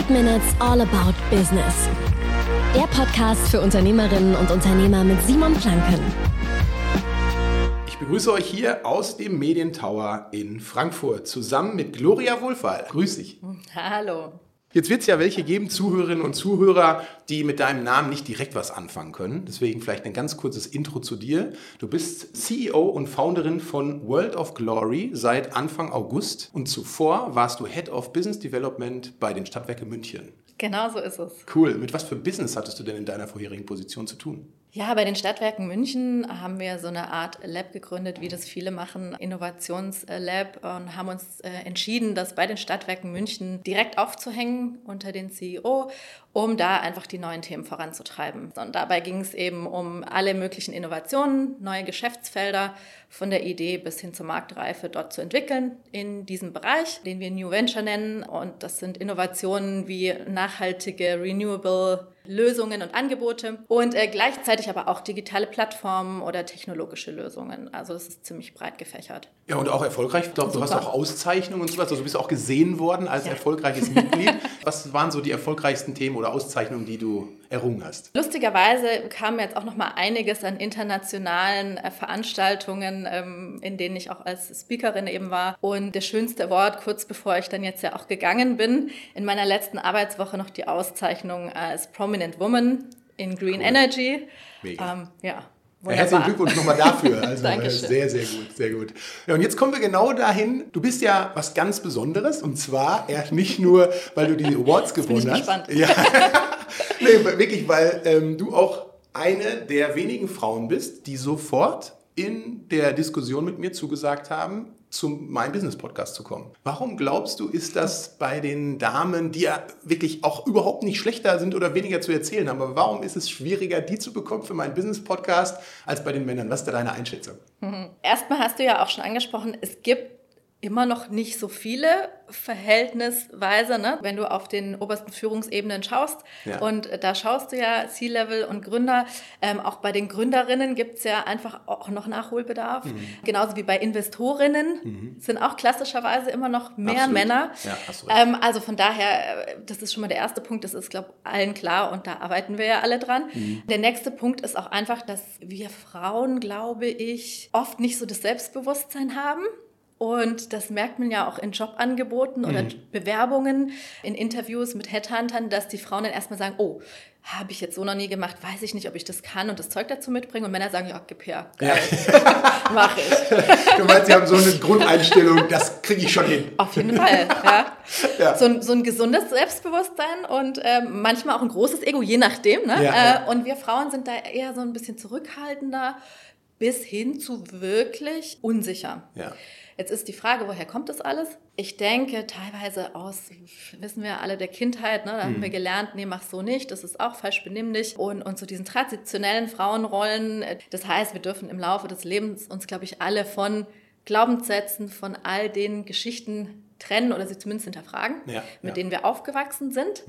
8 Minutes All About Business. Der Podcast für Unternehmerinnen und Unternehmer mit Simon Planken. Ich begrüße euch hier aus dem Medientower in Frankfurt zusammen mit Gloria Wohlfall. Grüß dich. Hallo. Jetzt wird es ja welche geben, Zuhörerinnen und Zuhörer, die mit deinem Namen nicht direkt was anfangen können. Deswegen vielleicht ein ganz kurzes Intro zu dir. Du bist CEO und Founderin von World of Glory seit Anfang August und zuvor warst du Head of Business Development bei den Stadtwerke München. Genau so ist es. Cool. Mit was für Business hattest du denn in deiner vorherigen Position zu tun? Ja, bei den Stadtwerken München haben wir so eine Art Lab gegründet, wie das viele machen, Innovationslab, und haben uns entschieden, das bei den Stadtwerken München direkt aufzuhängen unter den CEO, um da einfach die neuen Themen voranzutreiben. Und dabei ging es eben um alle möglichen Innovationen, neue Geschäftsfelder, von der Idee bis hin zur Marktreife dort zu entwickeln in diesem Bereich, den wir New Venture nennen. Und das sind Innovationen wie nachhaltige, renewable Lösungen und Angebote und gleichzeitig aber auch digitale Plattformen oder technologische Lösungen. Also das ist ziemlich breit gefächert. Ja, und auch erfolgreich. Ich glaube, du hast auch Auszeichnungen und sowas. Also du bist auch gesehen worden als erfolgreiches Mitglied. Was waren so die erfolgreichsten Themen oder Auszeichnungen, die du errungen hast? Lustigerweise kam jetzt auch noch mal einiges an internationalen Veranstaltungen, in denen ich auch als Speakerin eben war. Und das schönste Wort, kurz bevor ich dann jetzt ja auch gegangen bin, in meiner letzten Arbeitswoche noch die Auszeichnung als Prominent Woman in Green Energy. Mega. Wunderbar. Herzlichen Glückwunsch nochmal dafür. Also Dankeschön. sehr, sehr gut, sehr gut. Ja, und jetzt kommen wir genau dahin. Du bist ja was ganz Besonderes und zwar nicht nur, weil du die Awards gewonnen hast. Gespannt. Ja. Nee, wirklich, weil du auch eine der wenigen Frauen bist, die sofort in der Diskussion mit mir zugesagt haben, zu meinem Business-Podcast zu kommen. Warum glaubst du, ist das bei den Damen, die ja wirklich auch überhaupt nicht schlechter sind oder weniger zu erzählen haben, aber warum ist es schwieriger, die zu bekommen für meinen Business-Podcast als bei den Männern? Was ist da deine Einschätzung? Erstmal hast du ja auch schon angesprochen, es gibt immer noch nicht so viele verhältnisweise, ne? Wenn du auf den obersten Führungsebenen schaust. Ja. Und da schaust du ja C-Level und Gründer. Auch bei den Gründerinnen gibt es ja einfach auch noch Nachholbedarf. Genauso wie bei Investorinnen sind auch klassischerweise immer noch mehr Absolut. Männer. Ja, hast du recht. Also von daher, das ist schon mal der erste Punkt. Das ist, glaube ich, allen klar und da arbeiten wir ja alle dran. Der nächste Punkt ist auch einfach, dass wir Frauen, glaube ich, oft nicht so das Selbstbewusstsein haben. Und das merkt man ja auch in Jobangeboten oder Bewerbungen, in Interviews mit Headhuntern, dass die Frauen dann erstmal sagen, oh, habe ich jetzt so noch nie gemacht, weiß ich nicht, ob ich das kann und das Zeug dazu mitbringen. Und Männer sagen, ja, gib her. Ja. Mach ich. Du meinst, sie haben so eine Grundeinstellung, das kriege ich schon hin. Auf jeden Fall, ja. Ja. So ein gesundes Selbstbewusstsein und manchmal auch ein großes Ego, je nachdem. Ne? Ja. Und wir Frauen sind da eher so ein bisschen zurückhaltender bis hin zu wirklich unsicher. Ja. Jetzt ist die Frage, woher kommt das alles? Ich denke, teilweise aus, wissen wir alle, der Kindheit, ne? Da haben wir gelernt, nee, mach so nicht, das ist auch falsch, benimm dich. Und so diesen traditionellen Frauenrollen, das heißt, wir dürfen im Laufe des Lebens uns, glaube ich, alle von Glaubenssätzen, von all den Geschichten trennen oder sie zumindest hinterfragen, mit denen wir aufgewachsen sind.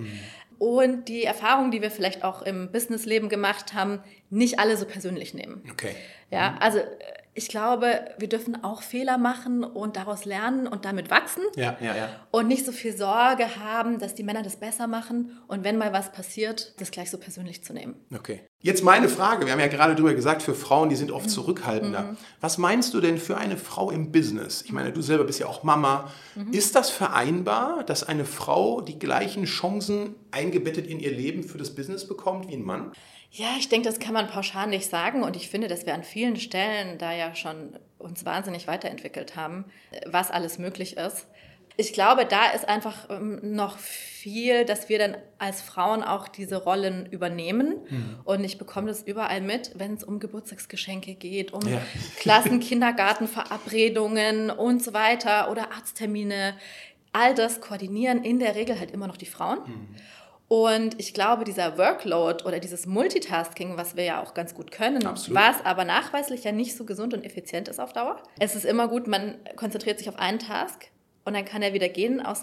Und die Erfahrungen, die wir vielleicht auch im Businessleben gemacht haben, nicht alle so persönlich nehmen. Okay. Ja, also ich glaube, wir dürfen auch Fehler machen und daraus lernen und damit wachsen. Ja. Und nicht so viel Sorge haben, dass die Männer das besser machen und wenn mal was passiert, das gleich so persönlich zu nehmen. Okay. Jetzt meine Frage, wir haben ja gerade drüber gesagt, für Frauen, die sind oft zurückhaltender. Was meinst du denn für eine Frau im Business? Ich meine, du selber bist ja auch Mama. Ist das vereinbar, dass eine Frau die gleichen Chancen eingebettet in ihr Leben für das Business bekommt wie ein Mann? Ja, ich denke, das kann man pauschal nicht sagen und ich finde, dass wir an vielen Stellen da ja schon uns wahnsinnig weiterentwickelt haben, was alles möglich ist. Ich glaube, da ist einfach noch viel, dass wir dann als Frauen auch diese Rollen übernehmen. Und ich bekomme das überall mit, wenn es um Geburtstagsgeschenke geht, um Klassen-, Kindergartenverabredungen und so weiter oder Arzttermine. All das koordinieren in der Regel halt immer noch die Frauen. Und ich glaube, dieser Workload oder dieses Multitasking, was wir ja auch ganz gut können, was aber nachweislich ja nicht so gesund und effizient ist auf Dauer. Es ist immer gut, man konzentriert sich auf einen Task und dann kann er wieder gehen aus dem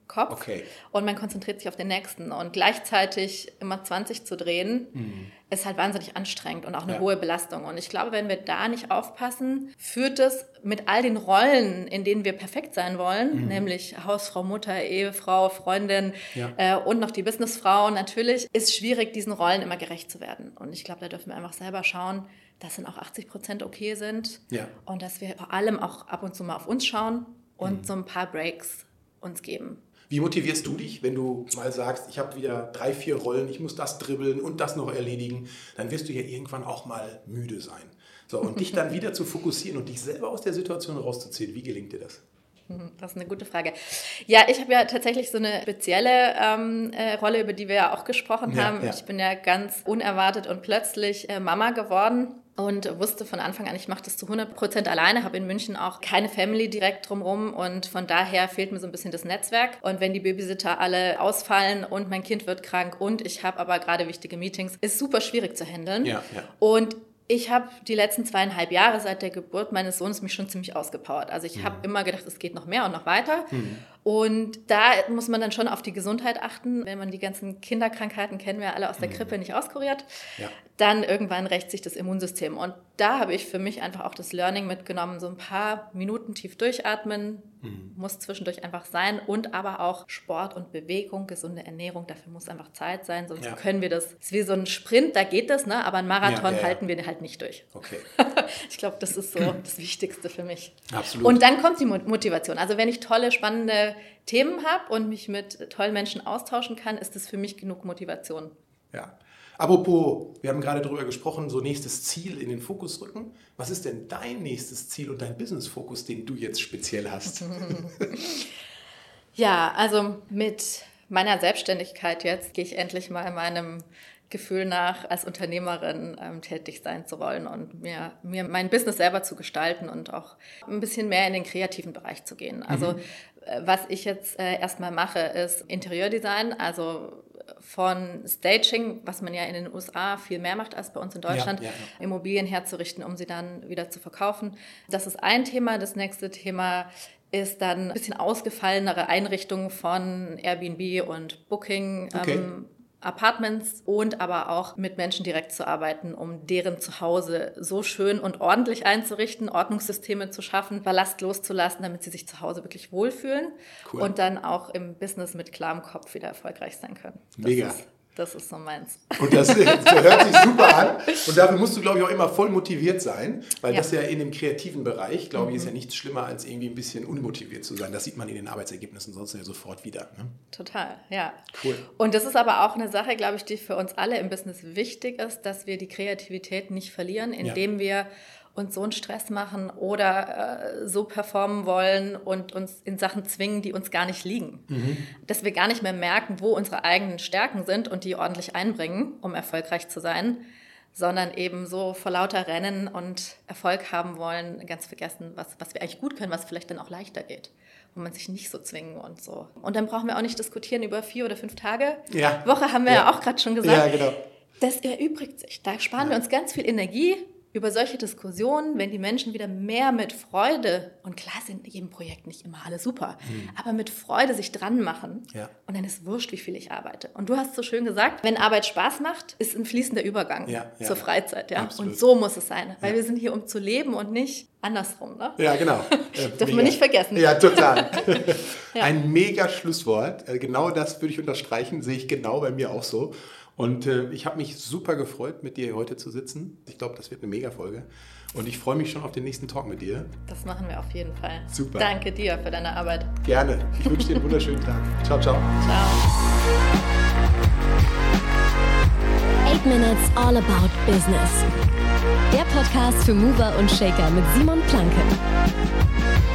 Kopf Okay. und man konzentriert sich auf den nächsten. Und gleichzeitig immer 20 zu drehen, ist halt wahnsinnig anstrengend und auch eine hohe Belastung. Und ich glaube, wenn wir da nicht aufpassen, führt es mit all den Rollen, in denen wir perfekt sein wollen, nämlich Hausfrau, Mutter, Ehefrau, Freundin und noch die Businessfrau, natürlich ist schwierig, diesen Rollen immer gerecht zu werden. Und ich glaube, da dürfen wir einfach selber schauen, dass dann auch 80% okay sind und dass wir vor allem auch ab und zu mal auf uns schauen und so ein paar Breaks uns geben. Wie motivierst du dich, wenn du mal sagst, ich habe wieder 3, 4 Rollen, ich muss das dribbeln und das noch erledigen? Dann wirst du ja irgendwann auch mal müde sein. So, und dich dann wieder zu fokussieren und dich selber aus der Situation rauszuziehen, wie gelingt dir das? Das ist eine gute Frage. Ja, ich habe ja tatsächlich so eine spezielle Rolle, über die wir ja auch gesprochen haben. Ich bin ja ganz unerwartet und plötzlich Mama geworden. Und wusste von Anfang an, ich mache das zu 100% alleine, habe in München auch keine Family direkt drumherum und von daher fehlt mir so ein bisschen das Netzwerk. Und wenn die Babysitter alle ausfallen und mein Kind wird krank und ich habe aber gerade wichtige Meetings, ist super schwierig zu handeln. Und ich habe die letzten 2,5 Jahre seit der Geburt meines Sohnes mich schon ziemlich ausgepowert. Also ich habe immer gedacht, es geht noch mehr und noch weiter. Und da muss man dann schon auf die Gesundheit achten. Wenn man die ganzen Kinderkrankheiten, kennen wir alle aus der Krippe, nicht auskuriert, dann irgendwann rächt sich das Immunsystem. Und da habe ich für mich einfach auch das Learning mitgenommen, so ein paar Minuten tief durchatmen, muss zwischendurch einfach sein und aber auch Sport und Bewegung, gesunde Ernährung, dafür muss einfach Zeit sein, sonst können wir das, ist wie so ein Sprint, da geht das, ne? Aber ein Marathon halten wir halt nicht durch. Okay. Ich glaube, das ist so das Wichtigste für mich. Absolut. Und dann kommt die Motivation. Also wenn ich tolle, spannende Themen habe und mich mit tollen Menschen austauschen kann, ist das für mich genug Motivation. Ja. Apropos, wir haben gerade darüber gesprochen, so nächstes Ziel in den Fokus rücken. Was ist denn dein nächstes Ziel und dein Business-Fokus, den du jetzt speziell hast? Ja, also mit meiner Selbstständigkeit jetzt gehe ich endlich mal meinem Gefühl nach, als Unternehmerin tätig sein zu wollen und mir mein Business selber zu gestalten und auch ein bisschen mehr in den kreativen Bereich zu gehen. Also was ich jetzt erstmal mache, ist Interieurdesign, also von Staging, was man ja in den USA viel mehr macht als bei uns in Deutschland, Immobilien herzurichten, um sie dann wieder zu verkaufen. Das ist ein Thema. Das nächste Thema ist dann ein bisschen ausgefallenere Einrichtungen von Airbnb und Booking, Apartments und aber auch mit Menschen direkt zu arbeiten, um deren Zuhause so schön und ordentlich einzurichten, Ordnungssysteme zu schaffen, Ballast loszulassen, damit sie sich zu Hause wirklich wohlfühlen und dann auch im Business mit klarem Kopf wieder erfolgreich sein können. Mega. Das ist so meins. Und das hört sich super an. Und dafür musst du, glaube ich, auch immer voll motiviert sein, weil das ja in dem kreativen Bereich, glaube ich, ist ja nichts schlimmer, als irgendwie ein bisschen unmotiviert zu sein. Das sieht man in den Arbeitsergebnissen sonst ja sofort wieder. Ne? Total, ja. Cool. Und das ist aber auch eine Sache, glaube ich, die für uns alle im Business wichtig ist, dass wir die Kreativität nicht verlieren, indem wir uns so einen Stress machen oder so performen wollen und uns in Sachen zwingen, die uns gar nicht liegen. Dass wir gar nicht mehr merken, wo unsere eigenen Stärken sind und die ordentlich einbringen, um erfolgreich zu sein, sondern eben so vor lauter Rennen und Erfolg haben wollen, ganz vergessen, was wir eigentlich gut können, was vielleicht dann auch leichter geht, wo man sich nicht so zwingen und so. Und dann brauchen wir auch nicht diskutieren über 4 oder 5 Tage. Woche haben wir ja auch gerade schon gesagt. Ja, genau. Das erübrigt sich. Da sparen wir uns ganz viel Energie über solche Diskussionen, wenn die Menschen wieder mehr mit Freude, und klar sind in jedem Projekt nicht immer alle super, aber mit Freude sich dran machen. Und dann ist wurscht, wie viel ich arbeite. Und du hast so schön gesagt, wenn Arbeit Spaß macht, ist ein fließender Übergang zur Freizeit. Ja? Und so muss es sein, weil wir sind hier, um zu leben und nicht andersrum. Ne? Ja, genau. Dürfen wir nicht vergessen. Ja, total. Ein mega Schlusswort. Genau das würde ich unterstreichen, sehe ich genau bei mir auch so. Und ich habe mich super gefreut, mit dir heute zu sitzen. Ich glaube, das wird eine Mega-Folge. Und ich freue mich schon auf den nächsten Talk mit dir. Das machen wir auf jeden Fall. Super. Danke dir für deine Arbeit. Gerne. Ich wünsche dir einen wunderschönen Tag. Ciao, ciao. Ciao. 8 Minutes All About Business. Der Podcast für Mover und Shaker mit Simon Planke.